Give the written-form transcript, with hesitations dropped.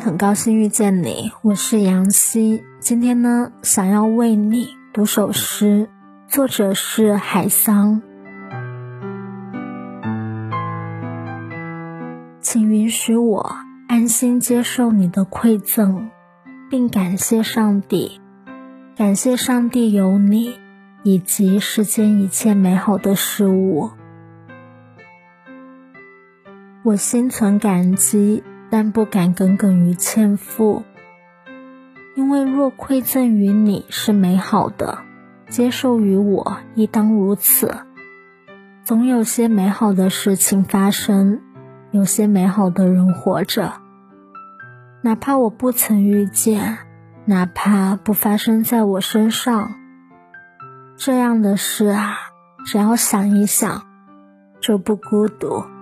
很高兴遇见你，我是杨希。今天呢，想要为你读首诗，作者是海桑。请允许我安心接受你的馈赠，并感谢上帝，感谢上帝有你，以及世间一切美好的事物。我心存感激，但不敢耿耿于欠负，因为若馈赠于你是美好的，接受于我亦当如此。总有些美好的事情发生，有些美好的人活着，哪怕我不曾遇见，哪怕不发生在我身上，这样的事啊，只要想一想就不孤独。